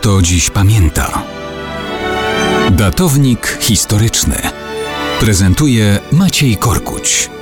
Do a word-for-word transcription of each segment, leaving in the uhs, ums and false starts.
kto dziś pamięta. Datownik historyczny prezentuje Maciej Korkuć.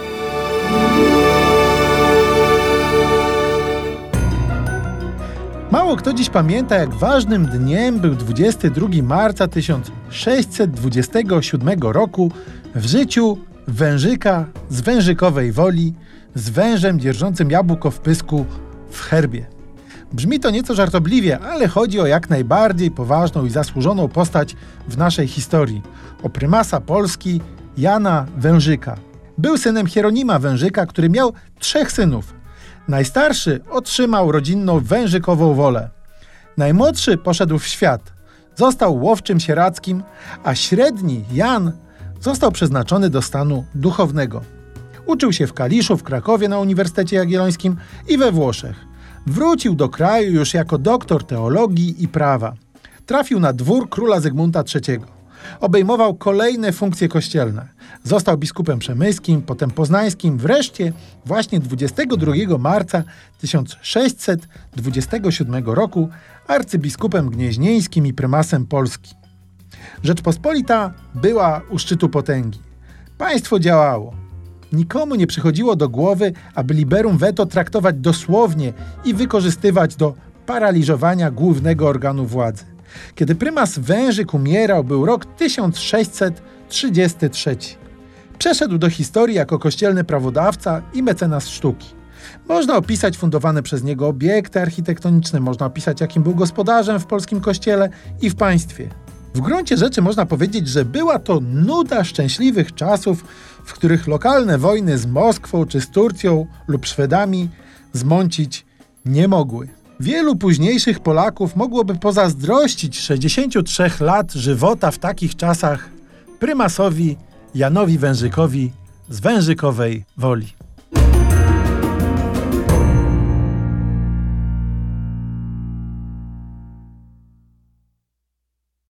Mało kto dziś pamięta, jak ważnym dniem był dwudziestego drugiego marca tysiąc sześćset dwudziestego siódmego roku w życiu wężyka z Wężykowej Woli z wężem dzierżącym jabłko w pysku w herbie. Brzmi to nieco żartobliwie, ale chodzi o jak najbardziej poważną i zasłużoną postać w naszej historii. O prymasa Polski Jana Wężyka. Był synem Hieronima Wężyka, który miał trzech synów. Najstarszy otrzymał rodzinną Wężykową Wolę. Najmłodszy poszedł w świat. Został łowczym sieradzkim, a średni Jan został przeznaczony do stanu duchownego. Uczył się w Kaliszu, w Krakowie na Uniwersytecie Jagiellońskim i we Włoszech. Wrócił do kraju już jako doktor teologii i prawa. Trafił na dwór króla Zygmunta trzeciego. Obejmował kolejne funkcje kościelne. Został biskupem przemyskim, potem poznańskim, wreszcie właśnie dwudziestego drugiego marca tysiąc sześćset dwudziestego siódmego roku arcybiskupem gnieźnieńskim i prymasem Polski. Rzeczpospolita była u szczytu potęgi. Państwo działało. Nikomu nie przychodziło do głowy, aby liberum veto traktować dosłownie i wykorzystywać do paraliżowania głównego organu władzy. Kiedy prymas Wężyk umierał, był rok tysiąc sześćset trzydziesty trzeci. Przeszedł do historii jako kościelny prawodawca i mecenas sztuki. Można opisać fundowane przez niego obiekty architektoniczne, można opisać, jakim był gospodarzem w polskim kościele i w państwie. W gruncie rzeczy można powiedzieć, że była to nuda szczęśliwych czasów, w których lokalne wojny z Moskwą czy z Turcją lub Szwedami zmącić nie mogły. Wielu późniejszych Polaków mogłoby pozazdrościć sześćdziesięciu trzech lat żywota w takich czasach prymasowi Janowi Wężykowi z Wężykowej Woli.